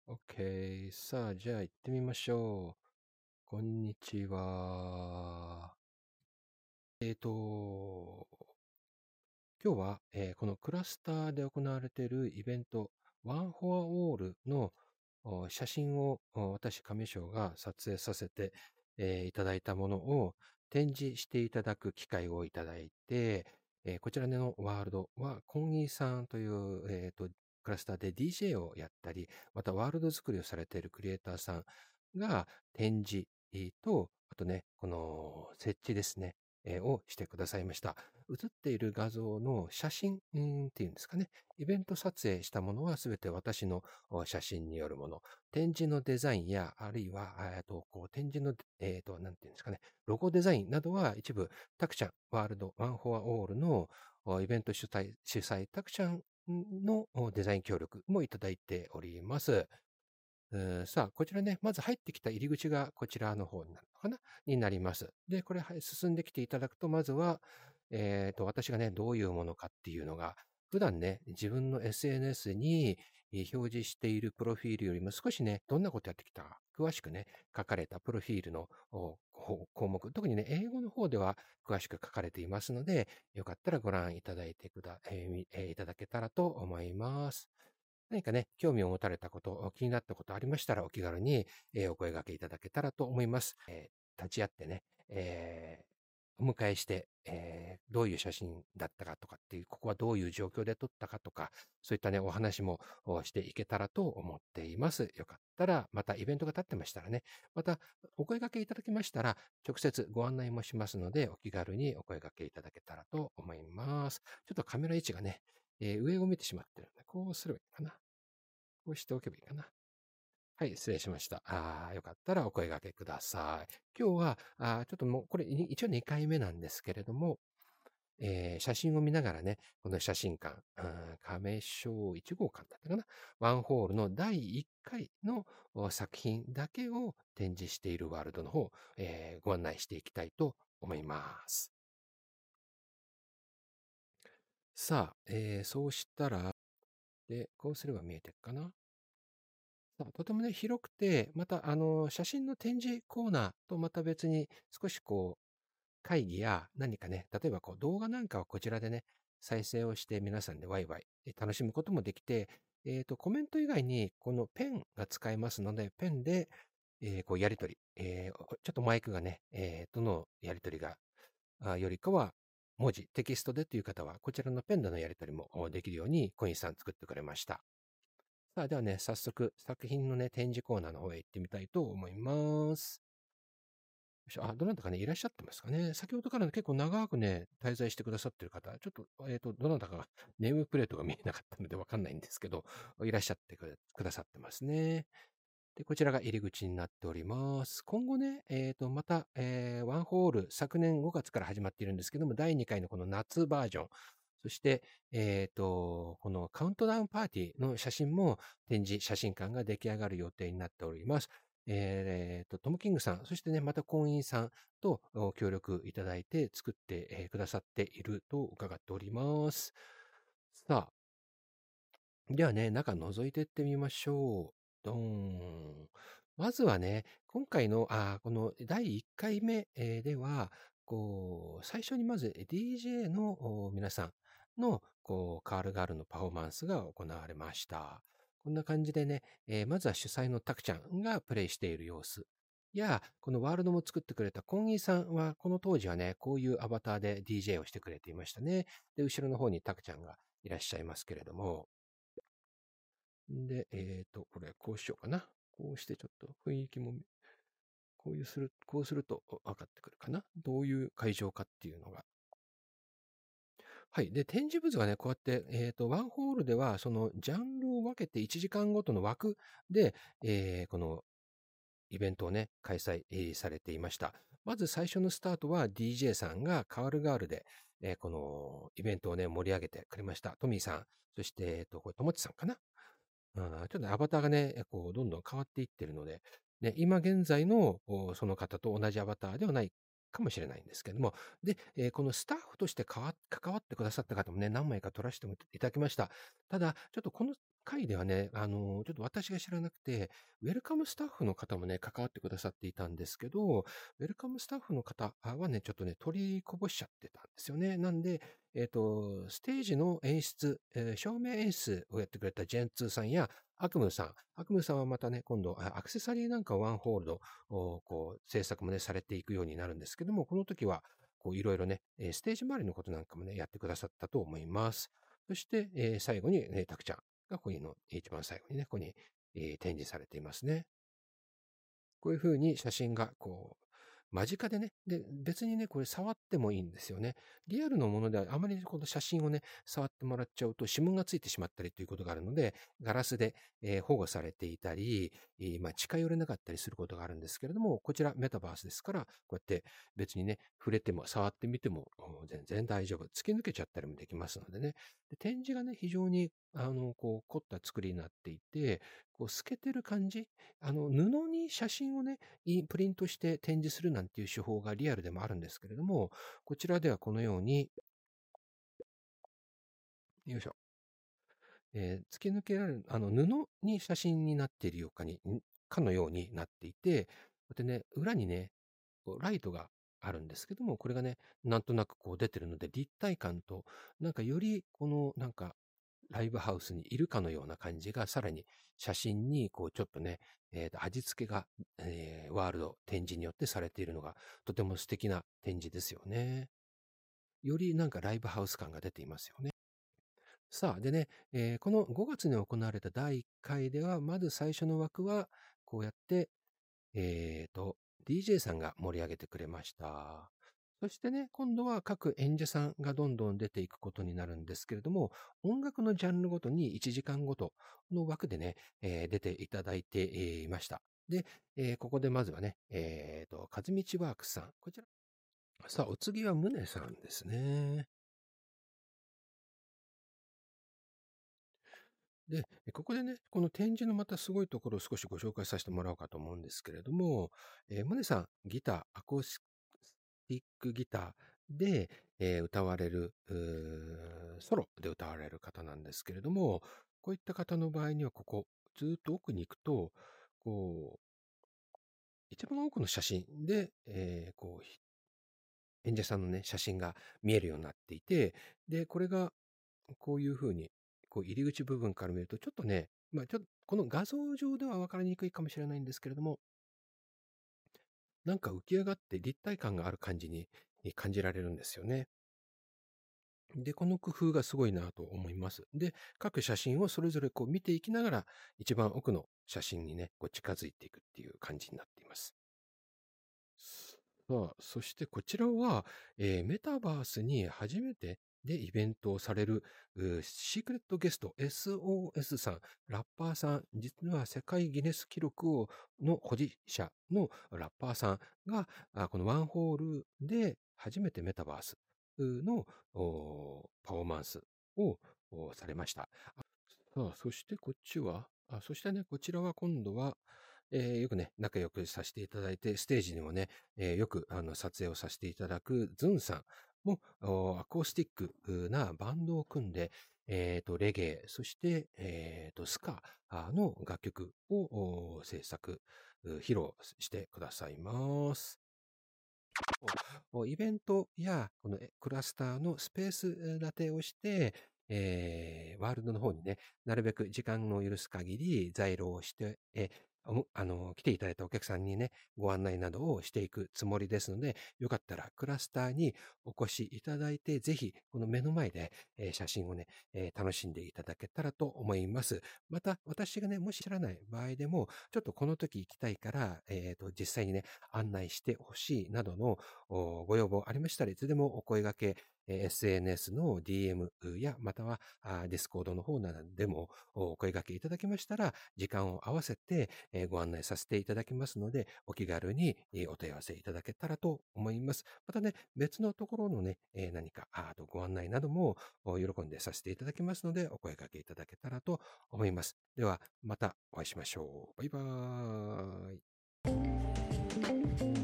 OK。さあ、じゃあ行ってみましょう。こんにちは。今日は、このクラスターで行われているイベント、ワンフォアオールの写真を私、上翔が撮影させて、いただいたものを展示していただく機会をいただいて、こちらのワールドは、コンギーさんという、クラスターで DJ をやったり、またワールド作りをされているクリエイターさんが展示と、あとね、この設置ですね、をしてくださいました。写っている画像の写真っていうんですかね。イベント撮影したものはすべて私の写真によるもの。展示のデザインや、あるいは、展示の、なんていうんですかね。ロゴデザインなどは一部、タクちゃん、ワールド、ワンフォアオールのイベント主催タクちゃんのデザイン協力もいただいております。さあ、こちらね、まず入ってきた入り口がこちらの方になるのかなになります。で、これ、はい、進んできていただくと、まずは、私がね、どういうものかっていうのが、普段ね、自分の SNS に表示しているプロフィールよりも少しね、どんなことやってきたか、詳しくね、書かれたプロフィールの項目、特にね、英語の方では詳しく書かれていますので、よかったらご覧いただいていただけたらと思います。何かね、興味を持たれたこと、気になったことありましたら、お気軽に、お声掛けいただけたらと思います。立ち会ってね、お迎えして、どういう写真だったかとかっていう、ここはどういう状況で撮ったかとか、そういったね、お話もしていけたらと思っています。よかったら、またイベントが立ってましたらね、またお声掛けいただきましたら、直接ご案内もしますので、お気軽にお声掛けいただけたらと思います。ちょっとカメラ位置がね、上を見てしまってるので、こうすればいいかな。こうしておけばいいかな。はい、失礼しました。よかったらお声掛けください。今日は、ちょっともう、これ一応2回目なんですけれども、写真を見ながらね、この写真館、亀章1号館だったかな。ワンホールの第1回の作品だけを展示しているワールドの方、ご案内していきたいと思います。さあ、そうしたら、で、こうすれば見えてるかな。とてもね、広くて、また、写真の展示コーナーとまた別に少しこう、会議や何かね、例えばこう動画なんかをこちらでね、再生をして皆さんでワイワイ楽しむこともできて、コメント以外にこのペンが使えますので、ペンで、こうやり取り、ちょっとマイクがね、どのやり取りが、よりかは、文字、テキストでという方は、こちらのペンでのやり取りもできるように、コインさん作ってくれました。さあ、ではね、早速、作品のね、展示コーナーの方へ行ってみたいと思います。どなたかね、いらっしゃってますかね。先ほどからね結構長くね、滞在してくださってる方、ちょっと、どなたかがネームプレートが見えなかったのでわかんないんですけど、いらっしゃってくださってますね。で、こちらが入り口になっております。今後ね、また、ワンホール、昨年5月から始まっているんですけども、第2回のこの夏バージョン、そして、このカウントダウンパーティーの写真も展示、写真館が出来上がる予定になっております。トム・キングさん、そしてね、また婚姻さんと協力いただいて作ってくださっていると伺っております。さあ、ではね、中覗いていってみましょう。ドーン。まずはね、今回の、この第1回目では、こう、最初にまず DJ の皆さんの、こう、カールガールのパフォーマンスが行われました。こんな感じでね、まずは主催のタクちゃんがプレイしている様子や、このワールドも作ってくれたコンギーさんは、この当時はね、こういうアバターで DJ をしてくれていましたね。で、後ろの方にタクちゃんがいらっしゃいますけれども、で、これ、こうしようかな。こうしてちょっと雰囲気も、こうすると分かってくるかな。どういう会場かっていうのが。はい。で、展示物はね、こうやって、ワンホールでは、そのジャンルを分けて1時間ごとの枠で、このイベントをね、開催されていました。まず最初のスタートは DJ さんがカールガールで、このイベントをね、盛り上げてくれました。トミーさん、そして、これ、ともちさんかな。ちょっとアバターがね、こう、どんどん変わっていってるので、ね、今現在のその方と同じアバターではないかもしれないんですけども、で、このスタッフとして関わってくださった方もね、何枚か撮らせていただきました。ただ、ちょっとこの回ではね、ちょっと私が知らなくて、ウェルカムスタッフの方もね、関わってくださっていたんですけど、ウェルカムスタッフの方はね、ちょっとね、取りこぼしちゃってたんですよね。なんで、ステージの演出、照明演出をやってくれたジェンツーさんやアクムーさん。アクムーさんはまたね、今度、アクセサリーなんかをワンホールド、こう、制作もね、されていくようになるんですけども、この時は、こう、いろいろね、ステージ周りのことなんかもね、やってくださったと思います。そして、最後に、タクちゃんがここにの、一番最後にね、ここに、展示されていますね。こういう風に写真がこう、間近でね、で、別にね、これ触ってもいいんですよね。リアルのものではあまりこの写真をね、触ってもらっちゃうと指紋がついてしまったりということがあるので、ガラスで、保護されていたり、まあ、近寄れなかったりすることがあるんですけれども、こちらメタバースですから、こうやって別にね、触れても触ってみても全然大丈夫。突き抜けちゃったりもできますのでね。で、展示がね、非常にこう凝った作りになっていて、こう透けてる感じ、布に写真をね、プリントして展示するなんていう手法がリアルでもあるんですけれども、こちらではこのように、よいしょ、突き抜けられる、布に写真になっているかのようになっていて、こうやってね、裏にね、こうライトがあるんですけども、これがね、なんとなくこう出てるので、立体感と、なんかよりこのなんかライブハウスにいるかのような感じが、さらに写真にこうちょっとね、味付けが、ワールド展示によってされているのが、とても素敵な展示ですよね。よりなんかライブハウス感が出ていますよね。さあ、でね、この5月に行われた第1回では、まず最初の枠は、こうやって、えーと、DJ さんが盛り上げてくれました。そしてね、今度は各演者さんがどんどん出ていくことになるんですけれども、音楽のジャンルごとに1時間ごとの枠でね、出ていただいていました。で、ここでまずはね、かずみちワークスさん。こちら。さあ、お次はムネさんですね。で、ここでね、この展示のまたすごいところを少しご紹介させてもらおうかと思うんですけれども、モネさん、ギター、アコースティックギターで、歌われる、ソロで歌われる方なんですけれども、こういった方の場合には、ここ、ずーっと奥に行くと、こう、一番奥の写真で、こう、演者さんのね、写真が見えるようになっていて、で、これがこういう風に、こう入り口部分から見ると、ちょっとね、まあちょっと、この画像上では分かりにくいかもしれないんですけれども、なんか浮き上がって立体感がある感じに感じられるんですよね。で、この工夫がすごいなと思います。で、各写真をそれぞれこう見ていきながら、一番奥の写真にね、こう近づいていくっていう感じになっています。さあ、そしてこちらは、メタバースに初めてでイベントをされる、シークレットゲスト SOS さん、ラッパーさん、実は世界ギネス記録の保持者のラッパーさんが、このワンホールで初めてメタバースのパフォーマンスをされました。さあ、そしてこっちは、そしてね、こちらは今度は、よくね、仲良くさせていただいて、ステージにもね、よく撮影をさせていただくズンさんも、アコースティックなバンドを組んで、レゲエ、そして、スカの楽曲を制作、披露してくださいます。イベントやこのクラスターのスペース立てをして、ワールドの方にね、なるべく時間の許す限り在庫をして、来ていただいたお客さんにね、ご案内などをしていくつもりですので、よかったらクラスターにお越しいただいて、ぜひこの目の前で、写真をね、楽しんでいただけたらと思います。また、私がね、もし知らない場合でも、ちょっとこの時行きたいから、実際にね、案内してほしいなどのご要望ありましたらいつでもお声掛け、SNS の DM やまたはDiscord の方などでもお声掛けいただけましたら時間を合わせてご案内させていただきますのでお気軽にお問い合わせいただけたらと思います。またね、別のところのね、何かご案内なども喜んでさせていただきますのでお声掛けいただけたらと思います。ではまたお会いしましょう。バイバーイ。